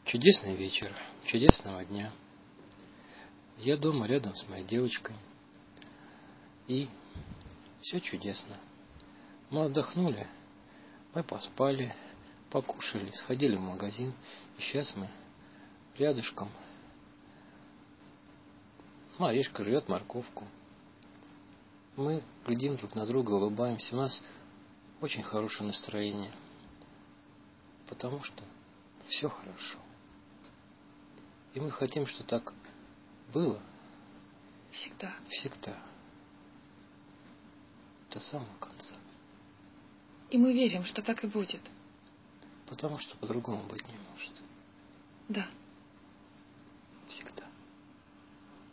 Чудесный вечер, чудесного дня. Я дома рядом с моей девочкой. И все чудесно. Мы отдохнули, мы поспали, покушали, сходили в магазин. И сейчас мы рядышком. Маришка жует морковку. Мы глядим друг на друга, улыбаемся. У нас очень хорошее настроение. Потому что все хорошо. И мы хотим, чтобы так было Всегда. всегда. До самого конца. И мы верим, что так и будет. Потому что по-другому быть не может. Да. Всегда.